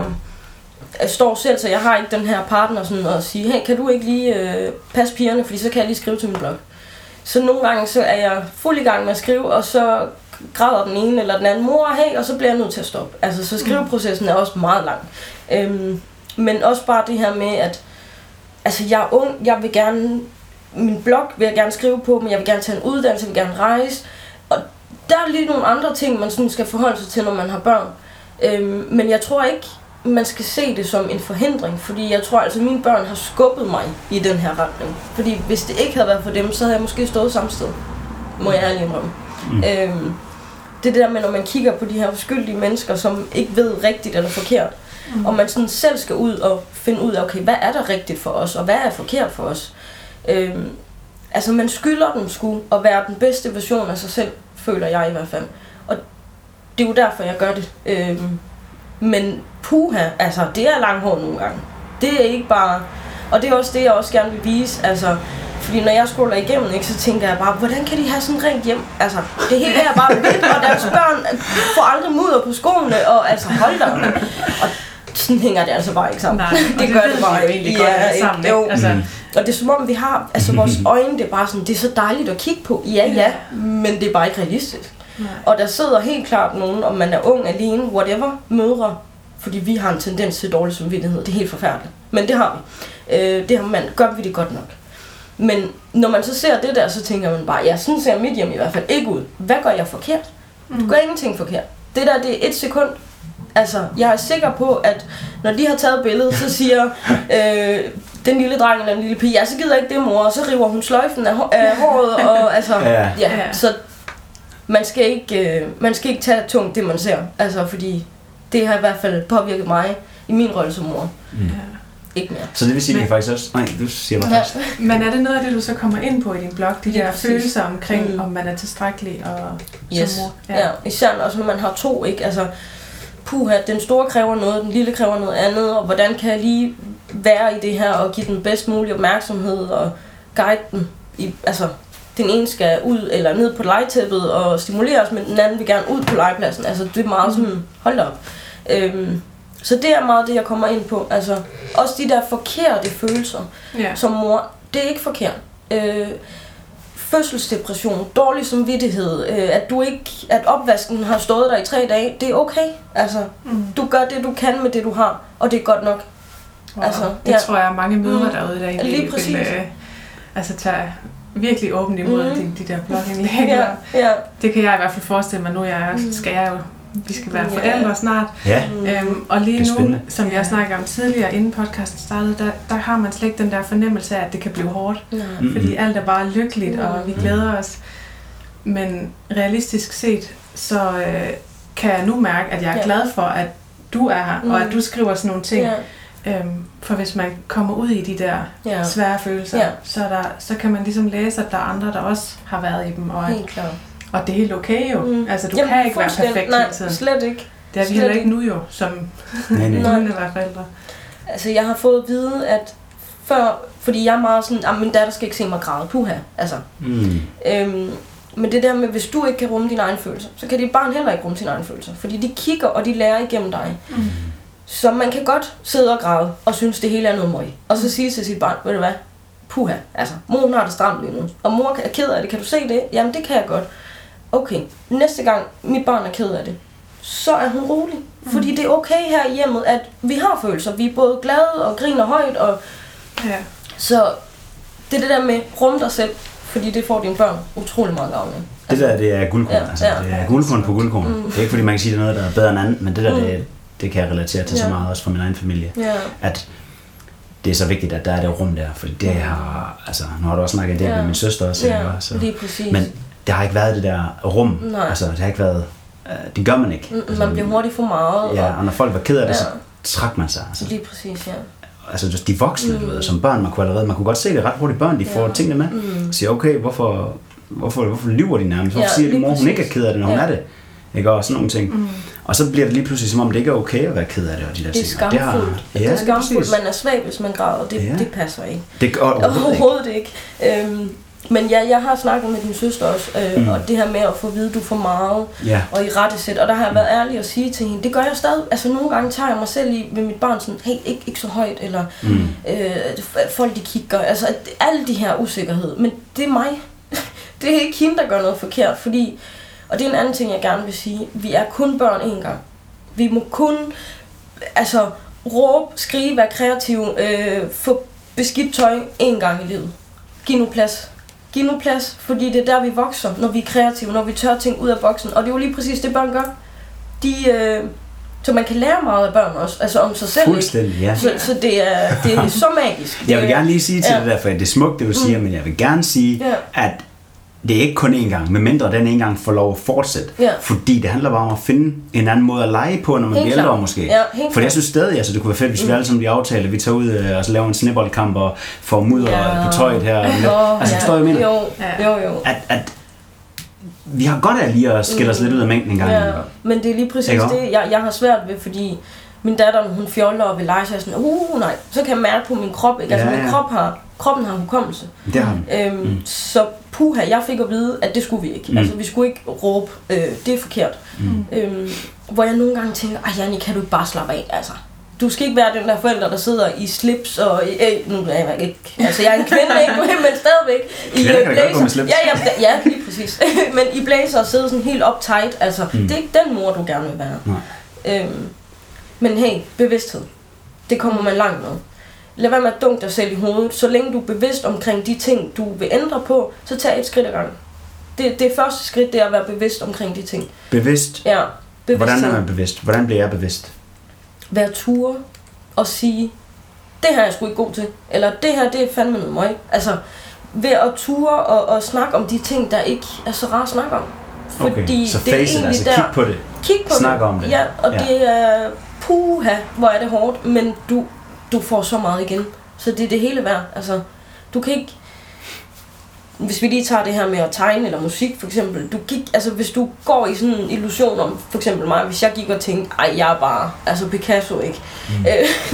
jeg står selv, så jeg har ikke den her partner sådan at sige, hey, kan du ikke lige øh, passe pigerne, fordi så kan jeg lige skrive til min blog. Så nogle gange så er jeg fuld i gang med at skrive, og så græder den ene eller den anden mor, hey, og så bliver jeg nødt til at stoppe. Altså, så skriveprocessen er også meget lang. Øhm, men også bare det her med, at altså, jeg er ung, jeg vil gerne, min blog vil jeg gerne skrive på, men jeg vil gerne tage en uddannelse, jeg vil gerne rejse. Og der er lige nogle andre ting, man sådan skal forholde sig til, når man har børn. Øhm, men jeg tror ikke, man skal se det som en forhindring, fordi jeg tror altså, at mine børn har skubbet mig i den her retning. Fordi hvis det ikke havde været for dem, så havde jeg måske stået samme sted. Må jeg ærlig indrømme. Mm. Øhm, det der med, når man kigger på de her uskyldige mennesker, som ikke ved rigtigt eller forkert, mm. og man sådan selv skal ud og finde ud af, okay, hvad er der rigtigt for os, og hvad er forkert for os? Øhm, altså, man skylder dem sgu at være den bedste version af sig selv, føler jeg i hvert fald. Og det er jo derfor, jeg gør det. Øhm, men puha, altså, det er langhåret nogle gange. Det er ikke bare... Og det er også det, jeg også gerne vil vise, altså... Fordi når jeg scroller igennem, ikke, så tænker jeg bare, hvordan kan de have sådan rent hjem? Altså, det hele er bare vildt, og deres børn får aldrig mudder på skoene, og altså, hold da. Og sådan hænger det altså bare ikke sammen. Nej, det, det gør det bare egentlig ja, godt sammen, ikke? Altså. Mm. Og det er som om, vi har, altså vores øjne, det er bare sådan, det er så dejligt at kigge på. Ja, ja, men det er bare ikke realistisk. Nej. Og der sidder helt klart nogen, om man er ung, alene, whatever, mødre, fordi vi har en tendens til dårlig samvittighed. Det er helt forfærdeligt. Men det har vi. Øh, det har man, gør vi det godt nok. Men når man så ser det der, så tænker man bare, ja, sådan ser mit hjem i hvert fald ikke ud. Hvad gør jeg forkert? Du gør ingenting forkert. Det der, det er et sekund. Altså, jeg er sikker på, at når de har taget billedet, så siger øh, den lille dreng eller den lille pige, ja, så gider ikke det, mor, og så river hun sløjfen af, af håret, og altså, ja. ja, så man skal ikke, øh, man skal ikke tage tungt det, man ser. Altså, fordi det har i hvert fald påvirket mig i min rolle som mor. Mm. ikke mere. Så det vil sige, at vi faktisk også... Nej, du siger bare først. Men er det noget af det, du så kommer ind på i din blog? De der præcis. følelser omkring, mm. om man er tilstrækkelig og yes. som mor? Ja. ja, især også når man har to, ikke? Altså, puha, den store kræver noget, den lille kræver noget andet, og hvordan kan jeg lige være i det her og give den bedst mulige opmærksomhed og guide den i, altså... Den ene skal ud eller ned på legetæppet og stimuleres, men den anden vil gerne ud på legepladsen. Altså, det er meget sådan, hold op. Øhm, så det er meget det, jeg kommer ind på. Altså, også de der forkerte følelser ja. som mor, det er ikke forkert. Øh, fødselsdepression, dårlig samvittighed, øh, at du ikke, at opvasken har stået der i tre dage, det er okay. Altså, mm. du gør det, du kan med det, du har, og det er godt nok. Wow. Altså, det ja. tror jeg, mange mødre mm. derude, der egentlig lige vil øh, altså, tage virkelig åbent imod mm. de, de der blogindlæg. ja, ja. Det kan jeg i hvert fald forestille mig nu, jeg er, skal jeg jo, vi skal være forældre ja. snart. Ja. Øhm, og lige nu, som jeg snakkede om tidligere, inden podcasten startede, der, der har man slet ikke den der fornemmelse af, at det kan blive hårdt. Mm. Fordi alt er bare lykkeligt, og vi glæder os. Men realistisk set, så øh, kan jeg nu mærke, at jeg er ja. glad for, at du er her, mm. og at du skriver sådan nogle ting. Ja. Øhm, for hvis man kommer ud i de der ja. svære følelser, ja. så, der, så kan man ligesom læse, at der er andre, der også har været i dem, og, at, og det er helt okay jo. Mm. Altså, du Jamen, kan ikke være perfekt nej, hele tiden. Slet ikke. Det er vi heller ikke nu jo, som uden at være forældre. Altså, jeg har fået at vide, at før, fordi jeg er meget sådan, at min datter skal ikke se mig græde, puha, altså. Mm. Øhm, men det der med, hvis du ikke kan rumme dine egne følelser, så kan dit barn heller ikke rumme sine egne følelser, fordi de kigger, og de lærer igennem dig. Mm. Så man kan godt sidde og græde og synes, det hele er noget møg. Og så sige til sit barn, ved du hvad, puha, altså, mor har det stramt lige nu. Og mor er ked af det, kan du se det? Jamen, det kan jeg godt. Okay, næste gang mit barn er ked af det, så er hun rolig. Mm. Fordi det er okay her i hjemmet, at vi har følelser. Vi er både glade og griner højt. Og ja. Så det er det der med, rum dig selv, fordi det får dine børn utrolig meget gavn af. Det der, det er guldkorn. Ja, altså, ja. Det er guldkorn på guldkorn. Mm. Det er ikke fordi, man kan sige, det er noget, der er bedre end andet, men det der, mm. det, det kan jeg relatere til ja. så meget, også fra min egen familie. Ja. At det er så vigtigt, at der er det rum der, for det har, altså, nu har du også snakket det ja. med min søster også. Ja, så, lige præcis. Men der har ikke været det der rum, Nej. altså, det har ikke været, uh, det gør man ikke. Mm, altså, man bliver hurtigt for meget. Ja, og når folk var ked af det, ja. så trak man sig. Altså. Lige præcis, ja. Altså de voksne, mm. du ved, som børn, man kunne allerede, man kunne godt se det ret hurtigt, børn, de ja. får tingene med, mm. og siger, okay, hvorfor, hvorfor, hvorfor lyver de nærmest? Hvorfor ja, siger de, mor, hun ikke er ked af det, når ja. hun er det? Ikke? Og sådan nogle ting. Mm. Og så bliver det lige pludselig, som om det ikke er okay at være ked af det, og de der det er ting. Skamfuldt. Det har, ja, det er skamfuldt. Man er svag, hvis man græder. Det, ja. det passer ikke. Det gør overhovedet, overhovedet ikke. ikke. Øhm, men ja, jeg har snakket med din søster også, øh, mm. og det her med at få at vide, du får meget, ja. og i rettesæt. Og der har jeg været ærlig at sige til hende, det gør jeg stadig. Altså nogle gange tager jeg mig selv i med mit barn sådan, hey, ikke, ikke så højt, eller mm. øh, folk de kigger. Altså alle de her usikkerhed. Men det er mig. Det er ikke hende, der gør noget forkert, fordi, og det er en anden ting, jeg gerne vil sige, vi er kun børn én gang. Vi må kun, altså, råbe, skrige, være kreative, øh, få beskidt tøj én gang i livet. Giv nu plads. Giv nu plads, fordi det er der, vi vokser, når vi er kreative, når vi tør ting ud af boksen. Og det er jo lige præcis det, børn gør. De, øh, så man kan lære meget af børn også, altså om sig selv. Fuldstændig, ja. Så, så det, er, det er så magisk. Jeg vil gerne lige sige til ja. det der, for det er smukt, det du siger, mm. men jeg vil gerne sige, ja. at det er ikke kun én gang, medmindre den en gang får lov at fortsætte. Ja. Fordi det handler bare om at finde en anden måde at lege på, når man helt bliver ældre måske. Ja, for jeg synes stadig, altså det kunne være fedt, hvis mm. vi alle sammen de aftaler, vi tager ud øh, og så laver en sneboldkamp og får mudder ja. på tøjet her. Oh, altså, ja. forstår jeg, mener? Jo, jo, jo. At, at vi har godt af lige at skille os mm. lidt ud af mængden en gang. Ja, men det er lige præcis det, jeg, jeg har svært ved, fordi min datter, hun fjoller og vil lege sig sådan, uh nej, så kan jeg mærke på min krop, ikke? Altså ja, ja. min krop har, kroppen har hukommelse. Det har øhm, mm. Så puha, jeg fik at vide, at det skulle vi ikke. Mm. Altså vi skulle ikke råbe, øh, det er forkert. Mm. Øhm, hvor jeg nogle gange tænker, ej Janni, kan du ikke bare slappe af, altså. Du skal ikke være den der forælder, der sidder i slips og... Øh, nu er jeg ikke... Altså, jeg er en kvinde, ikke? Men stadigvæk. I Kvinder kan blazer. Godt gå med slips. Ja, ja, ja, lige præcis. Men i blazer og sidder sådan helt uptight. Altså, mm. det er ikke den mor, du gerne vil være. Nej. Øhm, men hey, bevidsthed. Det kommer man langt med. Lad være med at dunke dig selv i hovedet. Så længe du er bevidst omkring de ting, du vil ændre på, så tag et skridt ad gangen. Det, det første skridt, det er at være bevidst omkring de ting. Bevidst? Ja. Hvordan er man bevidst? Hvordan bliver jeg bevidst? Være ture og sige, det her er jeg sgu ikke god til, eller det her, det er fandme noget møg. Altså, ved at ture og, og snakke om de ting, der ikke er så rart at snakke om. Fordi okay, så face det, altså der, kig på det, kig på snak det. om det. Ja, og ja. det er puha, hvor er det hårdt, men du du får så meget igen. Så det er det hele værd. Altså, du kan ikke... Hvis vi lige tager det her med at tegne eller musik for eksempel, du gik, altså hvis du går i sådan en illusion om, for eksempel mig, hvis jeg gik og tænkte, ej, jeg er bare, altså Picasso, ikke? Mm.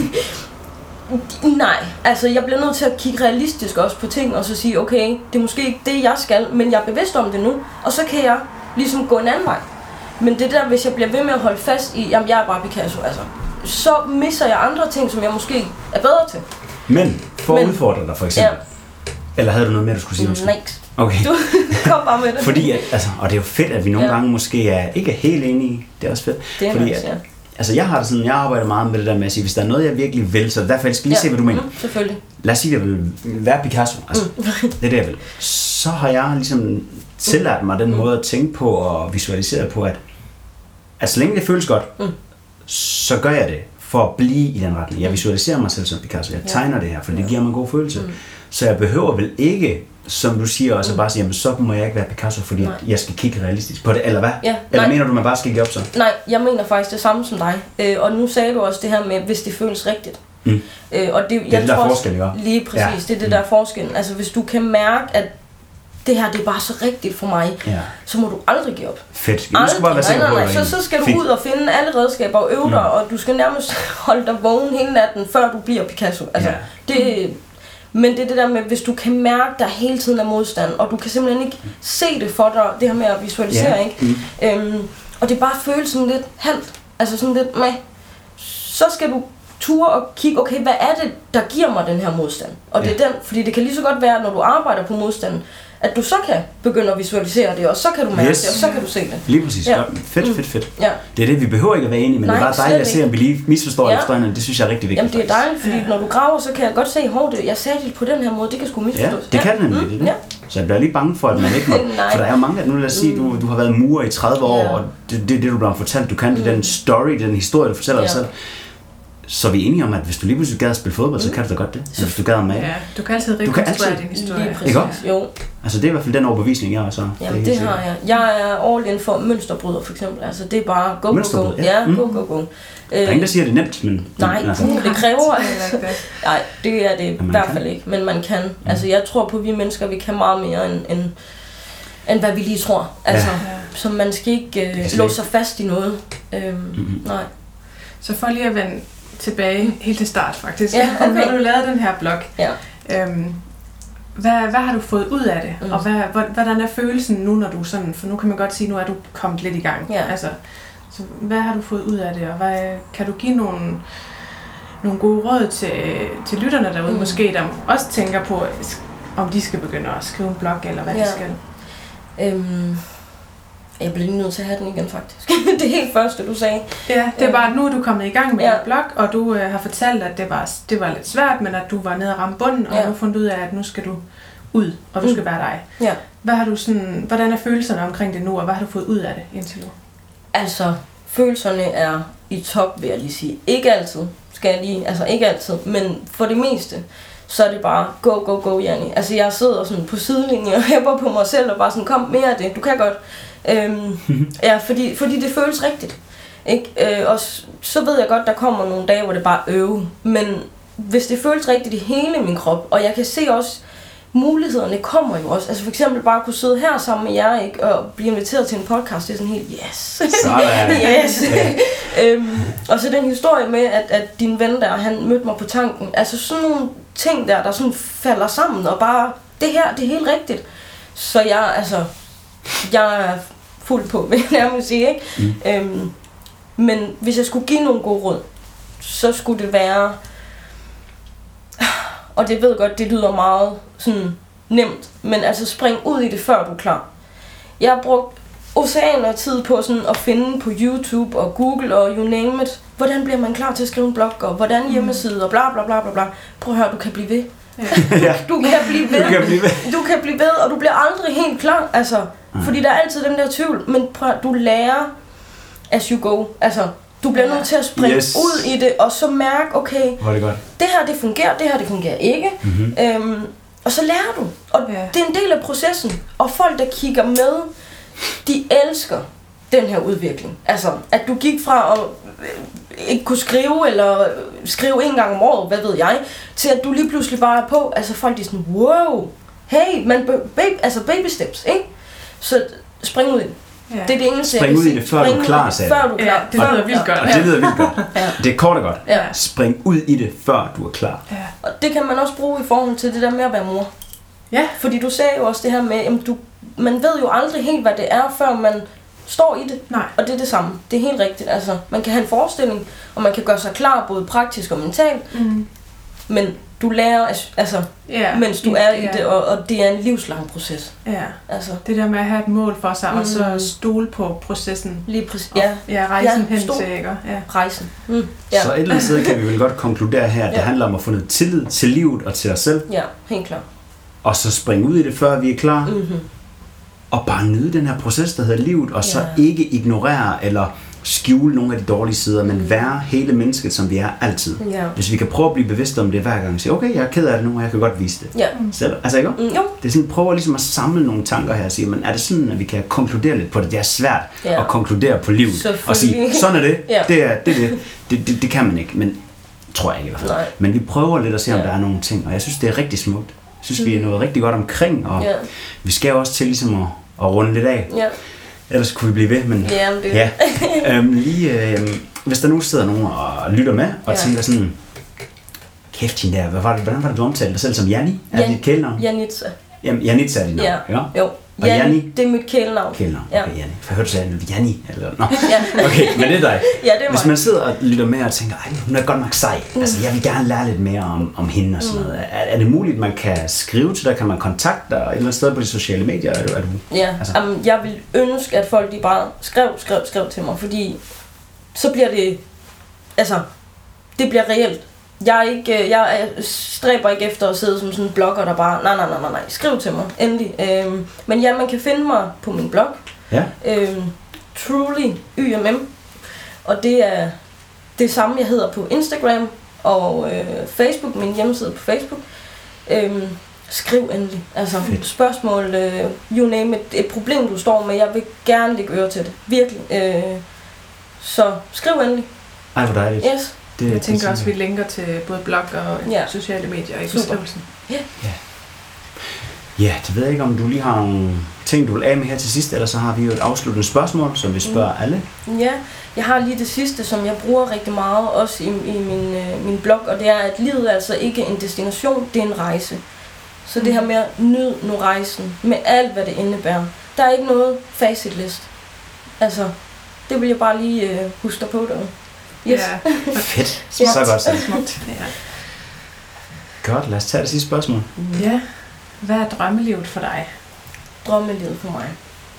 Øh, nej, altså jeg bliver nødt til at kigge realistisk også på ting, og så sige, okay, det er måske ikke det, jeg skal, men jeg er bevidst om det nu, og så kan jeg ligesom gå en anden vej. Men det der, hvis jeg bliver ved med at holde fast i, jamen jeg er bare Picasso, altså, så misser jeg andre ting, som jeg måske er bedre til. Men, for at udfordre dig for eksempel, ja. Eller havde du noget mere, du skulle sige? Mm, nej. Okay. Du kom bare med det. Fordi, at, altså, og det er jo fedt, at vi nogle ja. gange måske er, ikke er helt enige. Det er også fedt. Det er fordi, nice, ja. Altså, jeg har det sådan, jeg arbejder meget med det der med at sige, hvis der er noget, jeg virkelig vil, så derfor skal jeg lige ja. se, hvad du mener. Mm, selvfølgelig. Lad os sige, at jeg vil være Picasso. Altså, mm. det er det, jeg vil. Så har jeg ligesom tillært mig den mm. måde at tænke på og visualisere på, at, at så længe det føles godt, mm. så gør jeg det for at blive i den retning. Jeg visualiserer mig selv som Picasso. Jeg tegner ja. det her, for det ja. giver mig en god følelse. Mm. Så jeg behøver vel ikke, som du siger, også mm. bare sige, jamen så må jeg ikke være Picasso, fordi nej. jeg skal kigge realistisk på det, eller hvad? Ja, eller mener du, man bare skal give op så? Nej, jeg mener faktisk det samme som dig. Øh, og nu sagde du også det her med, hvis det føles rigtigt. Mm. Øh, og det, det er jeg det der tror, forskel, ikke? Lige præcis, ja. det er det mm. der forskel. Altså hvis du kan mærke, at det her, det er bare så rigtigt for mig, ja. så må du aldrig give op. Fedt. Jeg skal bare være sikker på, nej, nej, nej. Så, så skal du Fint. ud og finde alle redskaber og øve dig, mm. og du skal nærmest holde dig vågen hele natten, før du bliver Picasso. Altså, ja. det... Men det er det der med, hvis du kan mærke, der hele tiden er modstand, og du kan simpelthen ikke se det for dig, det her med at visualisere, yeah. ikke? Mm. Øhm, og det bare føles sådan lidt halvt, altså sådan lidt, nej. Så skal du ture og kigge, okay, hvad er det, der giver mig den her modstand? Og det er den, fordi det kan lige så godt være, når du arbejder på modstanden, at du så kan begynde at visualisere det, og så kan du mærke yes. det, og så kan du se det. Lige præcis. Ja. Fedt, fedt, fedt. Ja. Det er det, vi behøver ikke at være enige, men Nej, det er bare dejligt at se, om vi lige misforstår ja. efter hinanden. Det synes jeg er rigtig vigtigt. Jamen det er dejligt, fordi ja. når du graver, så kan jeg godt se, hov, jeg sagde det på den her måde, det kan sgu misforstås. Ja, det kan ja. nemlig. Mm. Ja. Så jeg bliver lige bange for, at man ikke må. For der er jo mange, nu lad os sige, du, du har været murer i tredive år, ja. og det er det, det, du bliver fortalt. Du kan mm. det, den story, den historie, du fortæller ja. dig selv. Så er vi enige om, at hvis du lige pludselig gad at spille fodbold, mm. så kan du da godt det. Så hvis du gad at male. Ja, du kan altid rekonstruere din historie. Lige præcis. Jo. Altså det er i hvert fald den overbevisning, jeg har så. Jamen det, det har jeg. Jeg er all in for mønsterbryder for eksempel. Altså det er bare go, go, go. Ja, ja mm. go, go, go. Der er ingen, der siger, det er nemt, men... Nej, altså. det kræver... Nej, det er det i hvert fald ikke, men man kan. Mm. Altså jeg tror på, at vi mennesker, vi kan meget mere end, end, end hvad vi lige tror. Altså, ja. Så man skal ikke uh, låse sig fast i noget. Øhm, mm-hmm. Nej. Så for lige at vende tilbage helt til start faktisk. Ja, okay. Når du lavede den her blog, ja. øhm, hvad, hvad har du fået ud af det? Mm. Og hvad, hvordan er følelsen nu, når du sådan, for nu kan man godt sige, nu er du kommet lidt i gang. Ja. Altså, så hvad har du fået ud af det, og hvad, kan du give nogle, nogle gode råd til, til lytterne derude, mm. måske der også tænker på, om de skal begynde at skrive en blog, eller hvad ja. de skal? Øhm. Jeg bliver lige nødt til at have den igen, faktisk. Det helt første, du sagde. Ja, det er bare, at nu er du kommet i gang med ja. din blog, og du øh, har fortalt, at det var, det var lidt svært, men at du var nede og ramme bunden, og ja. du har fundet ud af, at nu skal du ud, og du mm. skal være dig. Ja. Hvad har du sådan, hvordan er følelserne omkring det nu, og hvad har du fået ud af det indtil nu? Altså, følelserne er i top, vil jeg lige sige. Ikke altid, skal jeg lige, altså ikke altid, men for det meste, så er det bare go, go, go, Janni. Altså, jeg sidder sådan på sidelinjen og hæpper på mig selv, og bare sådan, kom mere af det, du kan godt. Øhm, ja, fordi, fordi det føles rigtigt, ikke? Øh, og så ved jeg godt, der kommer nogle dage, hvor det bare øve, men hvis det føles rigtigt i hele min krop, og jeg kan se også, mulighederne kommer jo også, altså for eksempel bare kunne sidde her sammen med jer, ikke, og blive inviteret til en podcast, det er sådan helt, yes, yes. øhm, og så den historie med, at, at din ven der, han mødte mig på tanken, altså sådan nogle ting der, der sådan falder sammen, og bare, det her, det er helt rigtigt, så jeg, altså, jeg er fuld på, vil jeg nærmest sige, ikke? Mm. Øhm, men hvis jeg skulle give nogle gode råd, så skulle det være, og det ved godt, det lyder meget sådan nemt, men altså spring ud i det, før du er klar. Jeg har brugt oceaner af tid på sådan at finde på YouTube og Google og you name it, hvordan bliver man klar til at skrive en blog, og hvordan hjemmeside og bla bla bla bla bla. Prøv at høre, du kan blive ved. Ja. du kan blive ved. Du kan blive ved. Du kan blive ved, og du bliver aldrig helt klar, altså, mm. fordi der er altid den der tvivl, men prøv, du lærer as you go, altså, du bliver nødt til at springe yes. ud i det, og så mærke, okay, det, godt. det her det fungerer, det her det fungerer ikke, mm-hmm. øhm, og så lærer du, og ja. det er en del af processen, og folk der kigger med, de elsker den her udvikling. Altså, at du gik fra at ikke kunne skrive, eller skrive en gang om året, hvad ved jeg, til at du lige pludselig bare er på, altså folk er sådan, wow, hey, man, baby, altså baby steps, ikke? Så spring ud i det. Ja. Det er det eneste, spring ud i det, før du er klar, sagde før du er klar. Ja, det lyder vildt godt. Og det lyder vildt godt. Ja. Det er kort og godt. Ja. Spring ud i det, før du er klar. Ja. Og det kan man også bruge i forhold til det der med at være mor. Ja. Fordi du sagde jo også det her med, at du, man ved jo aldrig helt, hvad det er, før man står i det. Nej. Og det er det samme. Det er helt rigtigt. Altså, man kan have en forestilling, og man kan gøre sig klar, både praktisk og mentalt. Mm. Men du lærer, altså, ja, mens du er i ja. det, og, og det er en livslang proces. Ja, altså. Det der med at have et mål for sig, mm. og så stole på processen. Lige præcis, ja. Ja, rejsen ja, hen til, ikke? Ja. Rejsen. Mm. Ja. Så et eller andet sted kan vi vel godt konkludere her, at det ja. handler om at få noget tillid til livet og til os selv. Ja, helt klart. Og så springe ud i det, før vi er klar. Mm-hmm. Og bare nyde den her proces, der hedder livet, og så ja. ikke ignorere eller skjule nogle af de dårlige sider, men være hele mennesket, som vi er altid. Ja. Hvis vi kan prøve at blive bevidste om det hver gang, og sige, okay, jeg er ked af det nu, og jeg kan godt vise det. Ja. Selv. Altså ikke? Mm, jo. Det er sådan, prøve ligesom at samle nogle tanker her og sige, men er det sådan, at vi kan konkludere lidt på det? Det er svært ja. at konkludere på livet. Og sige, sådan er det. ja. Det, er, det, er det. Det, det. Det kan man ikke, men tror jeg ikke i hvert fald. Nej. Men vi prøver lidt at se, om ja. der er nogle ting, og jeg synes, det er rigtig smukt. Jeg synes, mm. vi er noget rigtig godt omkring, og ja. vi skal også til ligesom at, at runde lidt af. Ja. Ellers kunne vi blive ved, men ja, det ja. øhm, lige, øhm, hvis der nu sidder nogen og lytter med, og ja. tænker sådan, kæft hende der, hvad var det, hvordan var det, du omtalte dig selv som Janni? Er Jan, det dit kælenavn? Janitza. Jamen, Janitza er dit navn, ja. ja? Jo. Og Janni? Det er mit kælenavn. Kælenavn, ja. okay, Janni. For jeg hørte, du sagde Janni, eller nå. ja. Okay, men det er dig. Ja, det er Hvis man sidder og lytter med og tænker, ej, hun er godt nok sej, mm. altså jeg vil gerne lære lidt mere om, om hende og sådan mm. noget. Er, er det muligt, man kan skrive til dig, kan man kontakte dig et eller andet sted på de sociale medier? Er du, er du, ja, altså. um, jeg vil ønske, at folk de bare skrev, skrev, skrev til mig, fordi så bliver det, altså, det bliver reelt. Jeg, er ikke, jeg stræber ikke efter at sidde som sådan en blogger, der bare, nej, nej, nej, nej, nej, skriv til mig, endelig. Øhm, men ja, man kan finde mig på min blog, ja. øhm, Truly Y M M, og det er det samme, jeg hedder på Instagram og øh, Facebook, min hjemmeside på Facebook. Øhm, skriv endelig, altså Fedt. spørgsmål, øh, you name it, et problem du står med, jeg vil gerne lægge øre til det, virkelig. Øh, så skriv endelig. Ej, hvor dejligt. Yes. Det, jeg tænker også, at vi linker til både blog og ja. sociale medier i beskrivelsen. Ja. ja. Ja, det ved jeg ikke, om du lige har nogle ting, du vil af med her til sidst, eller så har vi jo et afsluttende spørgsmål, som vi spørger mm. alle. Ja, jeg har lige det sidste, som jeg bruger rigtig meget, også i, i min, øh, min blog, og det er, at livet er altså ikke en destination, det er en rejse. Så det her med at nyde nu rejsen, med alt, hvad det indebærer. Der er ikke noget facitlist. Altså, det vil jeg bare lige øh, huske dig på derude. Yes. Ja. Fedt. Så, ja. så godt så. Smukt. Ja. Godt, lad os tage det sidste spørgsmål. Ja. Hvad er drømmelivet for dig? Drømmelivet for mig?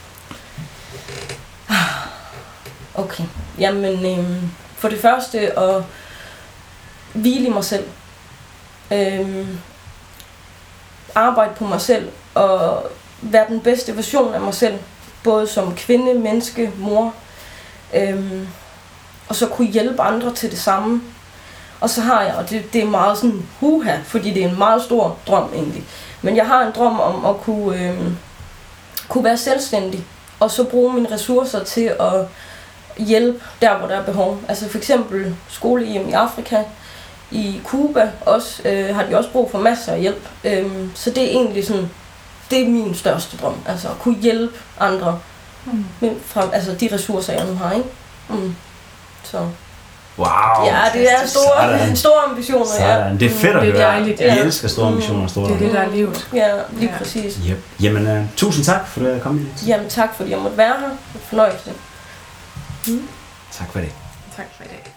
Okay. Jamen, øhm, for det første at hvile i mig selv. Øhm, arbejde på mig selv og være den bedste version af mig selv. Både som kvinde, menneske, mor. Øhm, og så kunne hjælpe andre til det samme. Og så har jeg, og det, det er meget sådan huha, fordi det er en meget stor drøm egentlig. Men jeg har en drøm om at kunne, øh, kunne være selvstændig, og så bruge mine ressourcer til at hjælpe der, hvor der er behov. Altså for eksempel skolehjem i Afrika, i Cuba også, øh, har de også brug for masser af hjælp. Øh, så det er egentlig sådan, det er min største drøm, altså at kunne hjælpe andre mm. med, fra altså de ressourcer, jeg nu har, ikke? Mm. Så. Wow. Ja, det er store, store ambitioner. Ja. Det er fedt at høre. Det er dejligt. Jeg ja. elsker store ambitioner og store Det er det, der er livet. Ja, lige ja. præcis. Yep. Jamen, uh, tusind tak, for at du kom hit. Jamen, tak fordi jeg måtte være her. Fornøjelse. Mm. Tak for det. Tak for i dag.